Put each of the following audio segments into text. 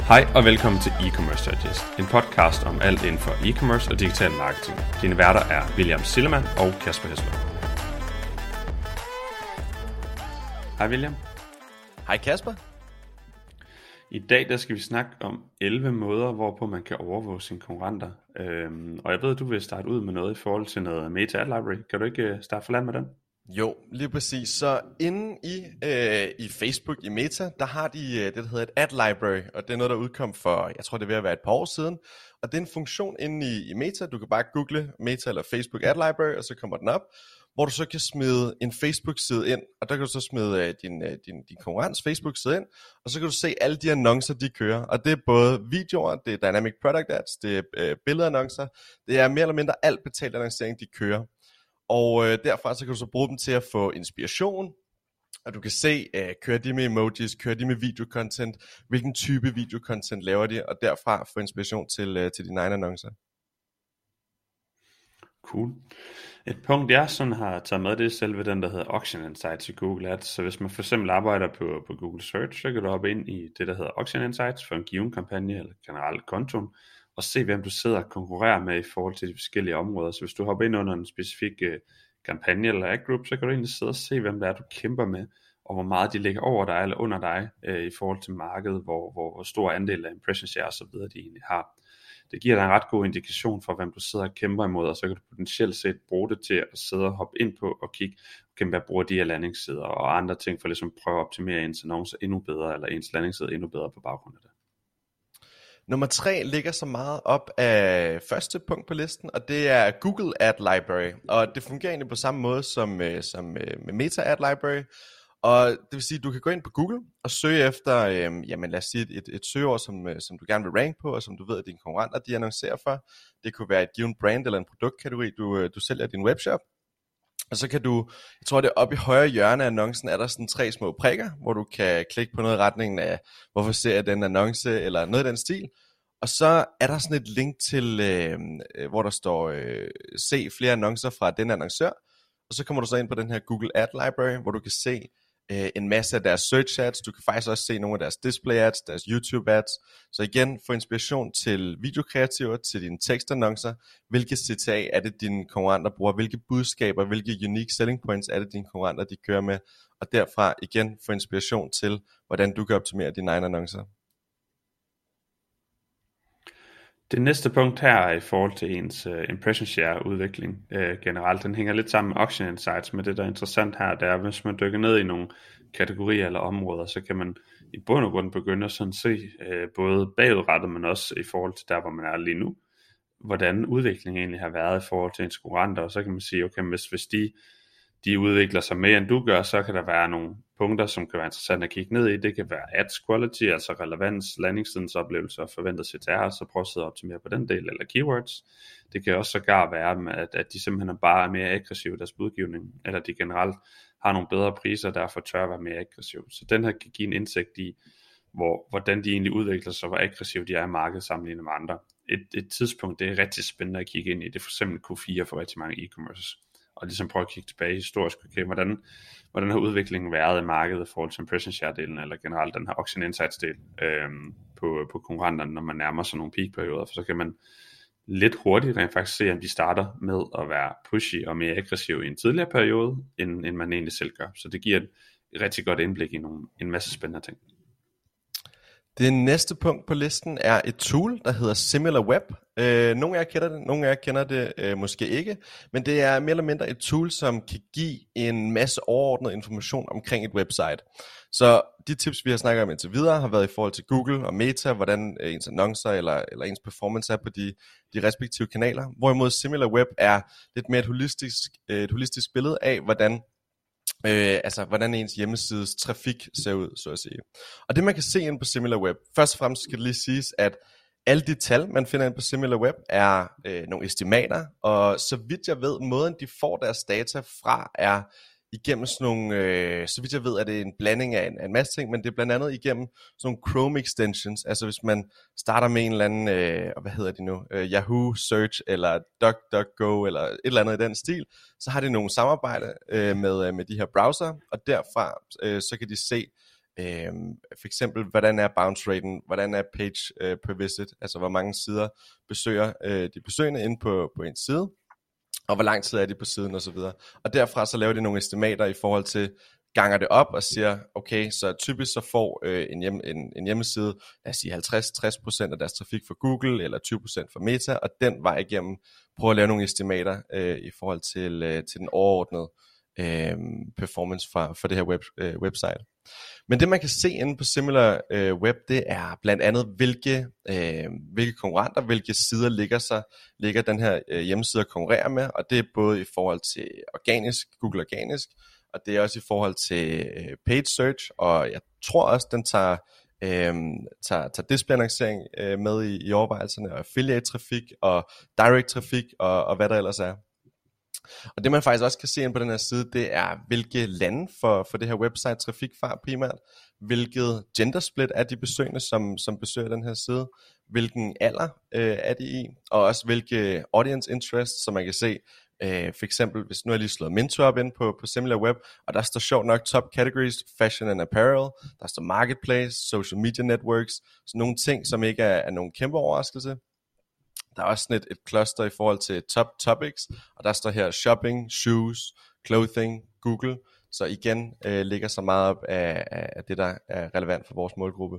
Hej og velkommen til E-Commerce Digest, en podcast om alt inden for e-commerce og digital marketing. Dine værter er William Sillemann og Kasper Hesler. Hej William. Hej Kasper. I dag der skal vi snakke om 11 måder, hvorpå man kan overvåge sine konkurrenter. Og jeg ved, at du vil starte ud med noget i forhold til noget Meta Ad Library. Kan du ikke starte for land med den? Jo, lige præcis. Så inde i Facebook, i Meta, der har de det, der hedder et Ad Library, og det er noget, der udkom for, jeg tror det er ved at være et par år siden. Og det er en funktion inde i Meta, du kan bare google Meta eller Facebook Ad Library, og så kommer den op, hvor du så kan smide en Facebook-side ind, og der kan du så smide din konkurrents Facebook-side ind, og så kan du se alle de annoncer, de kører. Og det er både videoer, det er Dynamic Product Ads, det er billedannoncer, det er mere eller mindre alt betalt annoncering, de kører. Og derfra så kan du så bruge dem til at få inspiration, og du kan se, kører de med emojis, kører de med videocontent, hvilken type videocontent laver de, og derfra få inspiration til dine egne annoncer. Cool. Et punkt jeg sådan har taget med, det er selve den der hedder Auction Insights i Google Ads. Så hvis man for eksempel arbejder på Google Search, så kan du hoppe ind i det der hedder Auction Insights for en given kampagne eller generelt kontoen, og se hvem du sidder og konkurrerer med i forhold til de forskellige områder. Så hvis du hopper ind under en specifik kampagne eller ad group, så kan du egentlig sidde og se hvem det er du kæmper med, og hvor meget de ligger over dig eller under dig i forhold til markedet, hvor stor andel af impression share og så videre de egentlig har. Det giver dig en ret god indikation for hvem du sidder og kæmper imod, og så kan du potentielt set bruge det til at sidde og hoppe ind på og kigge, hvad bruger de her landingssider og andre ting for ligesom at prøve at optimere ens annoncer endnu bedre, eller ens landingssider endnu bedre på baggrund af det. Nummer 3 ligger så meget op af første punkt på listen, og det er Google Ad Library. Og det fungerer egentlig på samme måde som med Meta Ad Library. Og det vil sige, at du kan gå ind på Google og søge efter, lad os sige et søgeord, som du gerne vil rank på, og som du ved, at dine konkurrenter de annoncerer for. Det kunne være et given brand eller en produktkategori, du sælger i din webshop. Og så kan du, jeg tror det er oppe i højre hjørne af annoncen, er der sådan 3 små prikker, hvor du kan klikke på noget i retningen af, hvorfor ser jeg den annonce, eller noget i den stil. Og så er der sådan et link til, hvor der står, se flere annoncer fra den annoncør. Og så kommer du så ind på den her Google Ad Library, hvor du kan se en masse af deres search ads. Du kan faktisk også se nogle af deres display ads, deres YouTube ads. Så igen, få inspiration til videokreativer, til dine tekstannoncer. Hvilke CTA er det, dine konkurrenter bruger? Hvilke budskaber, hvilke unique selling points er det, dine konkurrenter de kører med? Og derfra igen få inspiration til, hvordan du kan optimere dine egne annoncer. Det næste punkt her er i forhold til ens impression share udvikling generelt. Den hænger lidt sammen med Auction Insights, men det der er interessant her, det er, hvis man dykker ned i nogle kategorier eller områder, så kan man i bund og grund begynde at sådan se både bagudrettet, men også i forhold til der, hvor man er lige nu, hvordan udviklingen egentlig har været i forhold til ens konkurrenter, og så kan man sige, okay, hvis de udvikler sig mere end du gør, så kan der være nogle punkter, som kan være interessant at kigge ned i. Det kan være ads quality, altså relevans, landingstidens oplevelse og forventet CTR, så prøv at sidde og optimere på den del, eller keywords. Det kan også sågar være, at de simpelthen bare er mere aggressive i deres budgivning, eller de generelt har nogle bedre priser, og derfor tør at være mere aggressive. Så den her kan give en indsigt i, hvordan de egentlig udvikler sig, hvor aggressive de er i markedet sammenlignet med andre. Et tidspunkt, det er rigtig spændende at kigge ind i. Det er for eksempel Q4 for rigtig mange e-commerce. Og ligesom prøve at kigge tilbage historisk, okay, hvordan har udviklingen været i markedet i forhold til impression share-delen, eller generelt den her Auction Insights-del på konkurrenterne, når man nærmer sig nogle peak-perioder, for så kan man lidt hurtigt rent faktisk se, om de starter med at være pushy og mere aggressive i en tidligere periode, end man egentlig selv gør. Så det giver et rigtig godt indblik i en masse spændende ting. Det næste punkt på listen er et tool, der hedder SimilarWeb. Nogle af jer kender det, nogle af jer kender det måske ikke, men det er mere eller mindre et tool, som kan give en masse overordnet information omkring et website. Så de tips, vi har snakket om indtil videre, har været i forhold til Google og Meta, hvordan ens annoncer eller ens performance er på de respektive kanaler. Hvorimod SimilarWeb er lidt mere et holistisk billede af, hvordan ens hjemmesides trafik ser ud, så at sige. Og det man kan se ind på SimilarWeb, først og fremmest skal det lige siges, at alle de tal, man finder ind på SimilarWeb, er nogle estimater, og så vidt jeg ved, måden de får deres data fra, er igennem sådan nogle, så vidt jeg ved, er det en blanding af en masse ting, men det er blandt andet igennem sådan nogle Chrome extensions, altså hvis man starter med en eller anden, Yahoo Search, eller DuckDuckGo, eller et eller andet i den stil, så har de nogle samarbejde med de her browser, og derfra så kan de se For eksempel, hvordan er bounce raten, hvordan er page per visit, altså hvor mange sider besøger de besøgende inde på en side, og hvor lang tid er de på siden osv. Og derfra så laver de nogle estimater i forhold til, ganger det op og siger, okay, så typisk så får en hjemmeside, lad os sige 50-60% af deres trafik fra Google, eller 20% fra Meta, og den vej igennem prøve at lave nogle estimater i forhold til den overordnede performance for det her website. Men det man kan se inde på Similar Web, det er blandt andet hvilke konkurrenter, hvilke sider ligger den her hjemmeside at konkurrere med, og det er både i forhold til Google organisk, og det er også i forhold til paid search, og jeg tror også den tager display-annoncering med i overvejelserne, og affiliate trafik og direct trafik og hvad der ellers er. Og det man faktisk også kan se ind på den her side, det er hvilke lande for det her website trafik fra primært, hvilket gendersplit er de besøgende, som besøger den her side, hvilken alder er de i, og også hvilke audience interest, som man kan se. For eksempel, hvis nu har jeg lige slået Minto op ind på Similar Web, og der står sjovt nok top categories, fashion and apparel, der står marketplace, social media networks, sådan nogle ting, som ikke er nogen kæmpe overraskelse. Der er også sådan et cluster i forhold til top topics, og der står her shopping, shoes, clothing, Google, så igen ligger så meget op af det, der er relevant for vores målgruppe.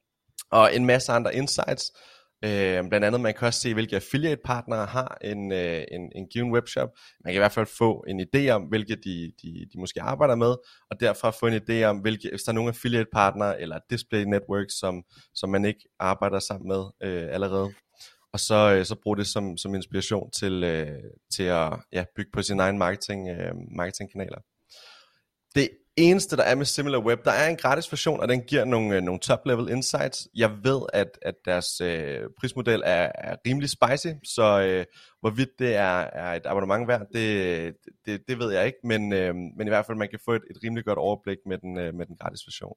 Og en masse andre insights, blandt andet man kan også se, hvilke affiliate partnere har en given webshop. Man kan i hvert fald få en idé om, hvilke de måske arbejder med, og derfra få en idé om, hvis der er nogle affiliate partnere eller display networks, som man ikke arbejder sammen med allerede. Og så bruge det som inspiration til at bygge på sine egne marketingkanaler. Det eneste, der er med Similar Web, der er en gratis version, og den giver nogle top-level insights. Jeg ved, at deres prismodel er rimelig spicy, så hvorvidt det er et abonnement værd, det ved jeg ikke, men i hvert fald, man kan få et rimelig godt overblik med den gratis version.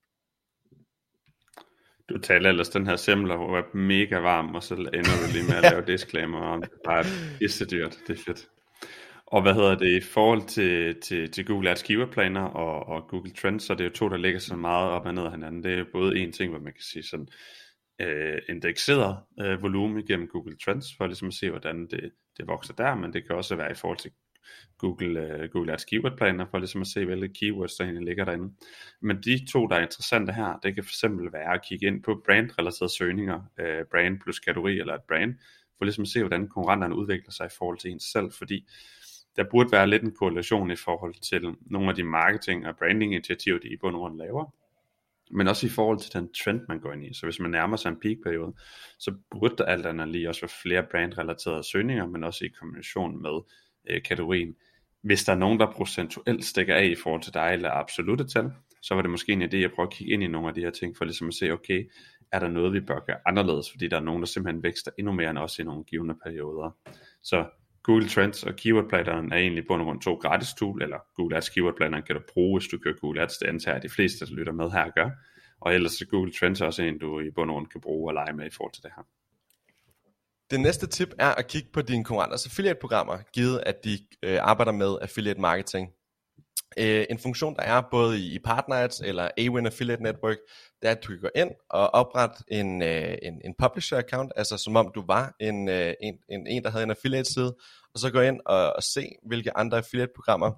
Du taler ellers den her Similar Web mega varm, og så ender du lige med at lave disclaimer om det. Bare pissedyrt, det er fedt. Og hvad hedder det i forhold til Google Ads Keyword Planner og Google Trends, så det er jo to, der ligger så meget op og ned af hinanden. Det er både en ting, hvor man kan sige sådan indekseret volumen igennem Google Trends, for ligesom at se, hvordan det vokser der, men det kan også være i forhold til Google Ads Keyword Planner, for ligesom at se, hvilke keywords der egentlig ligger derinde. Men de to, der er interessante her, det kan fx være at kigge ind på brand-relaterede søgninger, brand plus kategori eller et brand, for ligesom at se, hvordan konkurrenterne udvikler sig i forhold til ens selv, fordi der burde være lidt en korrelation i forhold til nogle af de marketing- og branding-initiativer, de i bund og grund laver, men også i forhold til den trend, man går ind i. Så hvis man nærmer sig en peak-periode, så burde der alt andet lige også være flere brand-relaterede søgninger, men også i kombination med kategorien. Hvis der er nogen, der procentuelt stikker af i forhold til dig, eller absolutte tal, så var det måske en idé at prøve at kigge ind i nogle af de her ting, for ligesom at se, okay, er der noget, vi bør gøre anderledes, fordi der er nogen, der simpelthen vækster endnu mere end os i nogle givne perioder. Så Google Trends og Keyword Planneren er egentlig på nogle to gratis tool, eller Google Ads Keyword Planneren kan du bruge, hvis du kører Google Ads. Det antager de fleste, der lytter med her gør. Og ellers er Google Trends også en, du i bund og grund kan bruge og lege med i forhold til det her. Det næste tip er at kigge på dine konkurrenters affiliate-programmer, givet at de arbejder med affiliate marketing. En funktion, der er både i Partner Ads eller Awin Affiliate Network, det er, at du kan gå ind og oprette en publisher-account, altså som om du var en, der havde en affiliate-side, og så gå ind og se, hvilke andre affiliate-programmer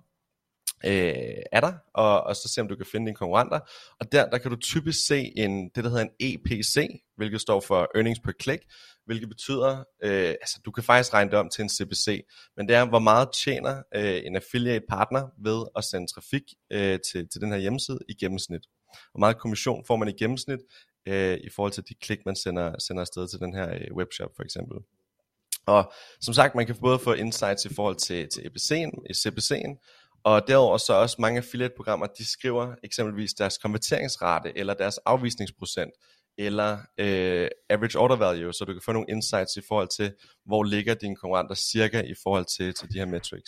er der, og så se, om du kan finde dine konkurrenter. Og der kan du typisk se det, der hedder en EPC, hvilket står for Earnings Per Click, hvilket betyder, altså du kan faktisk regne det om til en CPC, men det er, hvor meget tjener en affiliate partner ved at sende trafik til den her hjemmeside i gennemsnit. Hvor meget kommission får man i gennemsnit i forhold til de klik, man sender afsted til den her webshop for eksempel. Og som sagt, man kan både få insights i forhold til CPC'en, og derudover så også mange affiliate-programmer, de skriver eksempelvis deres konverteringsrate, eller deres afvisningsprocent, eller average order value, så du kan få nogle insights i forhold til, hvor ligger dine konkurrenter cirka i forhold til de her metrics.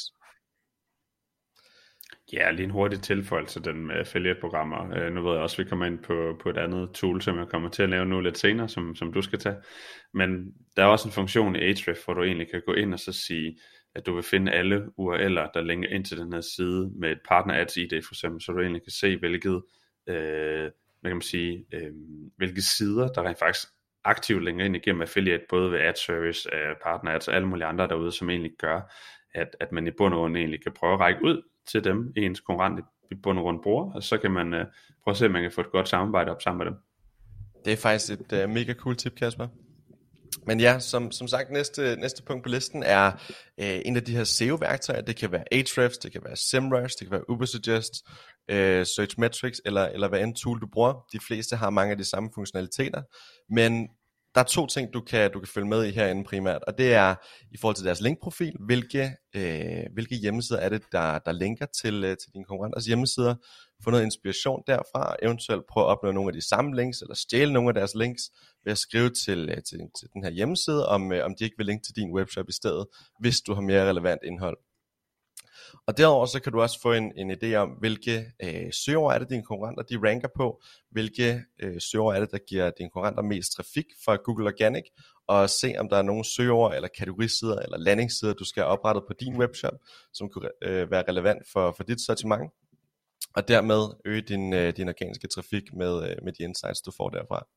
Ja, lige en hurtig tilføjelse den med affiliate-programmer. Nu ved jeg også, at vi kommer ind på et andet tool, som jeg kommer til at lave nu lidt senere, som du skal tage. Men der er også en funktion i Ahrefs, hvor du egentlig kan gå ind og så sige, at du vil finde alle URL'er, der linker ind til den her side med et partner ads ID for eksempel, så du egentlig kan se, hvilket hvad kan man sige, hvilke sider, der rent faktisk aktivt længere ind igennem affiliate, både ved ad service, partner ads og alle mulige andre derude, som egentlig gør, at man i bund og grund egentlig kan prøve at række ud til dem, ens konkurrent i bund og grund bruger, og så kan man prøve at se, at man kan få et godt samarbejde op sammen med dem. Det er faktisk et mega cool tip, Kasper. Men ja, som sagt, næste punkt på listen er en af de her SEO-værktøjer. Det kan være Ahrefs, det kan være SEMrush, det kan være Ubersuggest, Searchmetrics eller hvad end tool du bruger. De fleste har mange af de samme funktionaliteter, men der er 2 ting, du kan følge med i herinde primært, og det er i forhold til deres linkprofil, hvilke hjemmesider er det, der linker til dine konkurrenters hjemmesider, få noget inspiration derfra, eventuelt prøve at opnå nogle af de samme links, eller stjæle nogle af deres links, ved at skrive til den her hjemmeside, om de ikke vil linke til din webshop i stedet, hvis du har mere relevant indhold. Og derudover så kan du også få en idé om, hvilke søgeord er det, dine konkurrenter de ranker på, hvilke søgeord er det, der giver dine konkurrenter mest trafik fra Google Organic, og se om der er nogle søgeord eller kategorisider eller landingssider, du skal have oprettet på din webshop, som kunne være relevant for dit sortiment, og dermed øge din organiske trafik med de insights, du får derfra.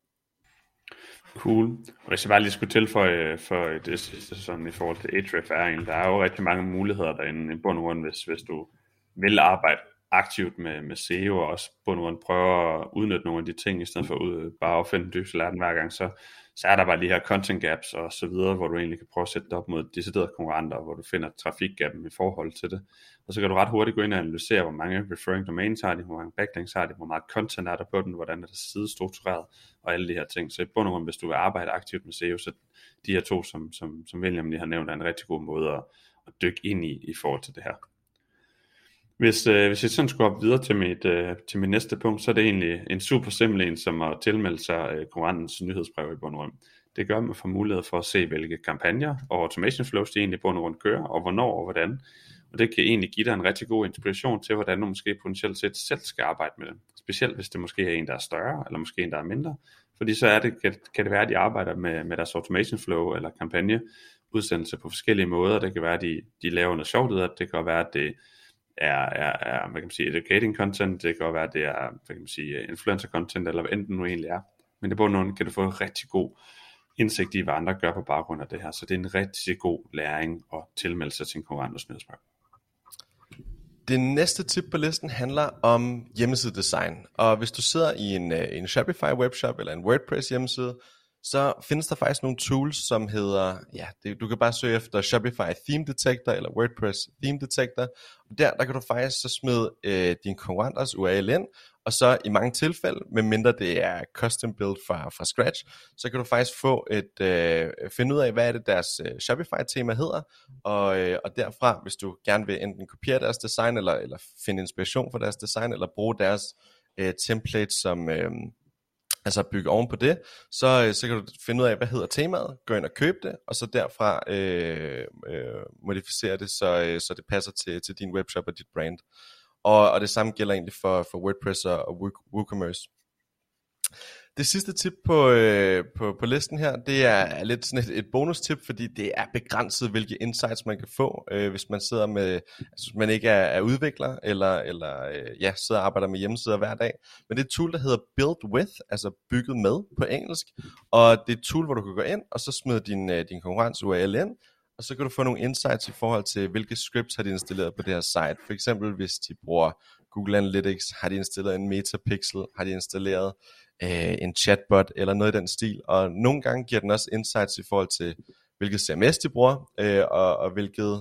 Cool. Og hvis jeg bare lige skulle tilføje for det sidste sådan i forhold til Ahrefs, der er jo rigtig mange muligheder derinde i bund og grund, hvis du vil arbejde aktivt med SEO, og også bund og grund prøve at udnytte nogle af de ting, i stedet for bare at opfinde dybt læren hver gang, så er der bare de her content gaps og så videre, hvor du egentlig kan prøve at sætte det op mod deciderede konkurrenter, hvor du finder trafikgappen i forhold til det. Og så kan du ret hurtigt gå ind og analysere, hvor mange referring domains har de, hvor mange backlinks har de, hvor meget content er der på den, hvordan er det sidestruktureret, og alle de her ting. Så i bund og grund, hvis du vil arbejde aktivt med SEO, så de her 2, som William lige har nævnt, er en rigtig god måde at dykke ind i forhold til det her. Hvis jeg sådan skulle op videre til mit næste punkt, så er det egentlig en super simpel en, som at tilmelde sig konkurrentens nyhedsbrev i bund og grund. Det gør, at man får mulighed for at se, hvilke kampagner og automation flows de egentlig i bund og grund kører, og hvornår og hvordan. Og det kan egentlig give dig en rigtig god inspiration til, hvordan du måske potentielt set selv skal arbejde med det. Specielt hvis det måske er en, der er større, eller måske en, der er mindre. Fordi så kan det være, at de arbejder med deres automation flow eller kampagneudsendelse på forskellige måder. Det kan være, at de laver noget sjovt ud af det. Det kan være, at det er hvad kan man sige, educating content, det kan være, at det er, hvad kan man sige, influencer content, eller hvad enten nu egentlig er. Men det på nogen kan du få en rigtig god indsigt i, hvad andre gør på baggrund af det her. Så det er en rigtig god læring at tilmelde sig til en konkurrenters nyhedsbrev. Det næste tip på listen handler om hjemmesidedesign. Og hvis du sidder i en Shopify webshop eller en WordPress hjemmeside, så findes der faktisk nogle tools, som hedder, du kan bare søge efter Shopify Theme Detector eller WordPress Theme Detector. Og der kan du faktisk så smide din konkurrenters URL ind, og så i mange tilfælde, medmindre det er custom build fra scratch, så kan du faktisk finde ud af, hvad er det deres Shopify tema hedder, og derfra, hvis du gerne vil enten kopiere deres design, eller finde inspiration for deres design, eller bruge deres template som altså bygge oven på det, så kan du finde ud af, hvad hedder temaet, gå ind og købe det, og så derfra modificere det, så det passer til din webshop og dit brand. Og det samme gælder egentlig for WordPress og WooCommerce. Det sidste tip på listen her, det er lidt sådan et bonus-tip, fordi det er begrænset, hvilke insights man kan få, hvis man sidder med, altså man ikke er udvikler, eller sidder og arbejder med hjemmesider hver dag. Men det er et tool, der hedder Build With, altså bygget med på engelsk, og det er et tool, hvor du kan gå ind, og så smide din konkurrents URL ind, og så kan du få nogle insights i forhold til, hvilke scripts har de installeret på det her site. For eksempel, hvis de bruger Google Analytics, har de installeret en Metapixel, har de installeret en chatbot eller noget i den stil. Og nogle gange giver den også insights i forhold til, hvilket CMS de bruger, og hvilket,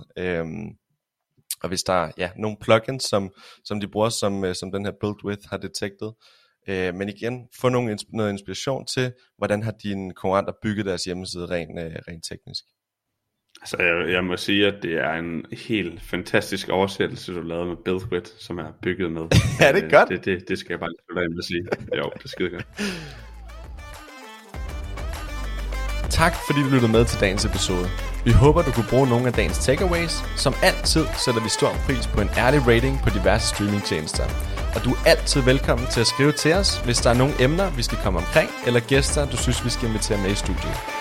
og hvis der er nogle plugins, som de bruger, som den her Build With har detektet. Men igen, få noget inspiration til, hvordan har dine konkurrenter bygget deres hjemmeside rent teknisk. Altså jeg må sige, at det er en helt fantastisk oversættelse, du lavede med Build With, som er bygget med. Ja, det er godt. Det skal jeg bare lade med at sige. Jo, det er skide godt. Tak fordi du lyttede med til dagens episode. Vi håber, du kunne bruge nogle af dagens takeaways. Som altid sætter vi stor pris på en ærlig rating på diverse streamingtjenester. Og du er altid velkommen til at skrive til os, hvis der er nogle emner, vi skal komme omkring, eller gæster, du synes, vi skal invitere med i studiet.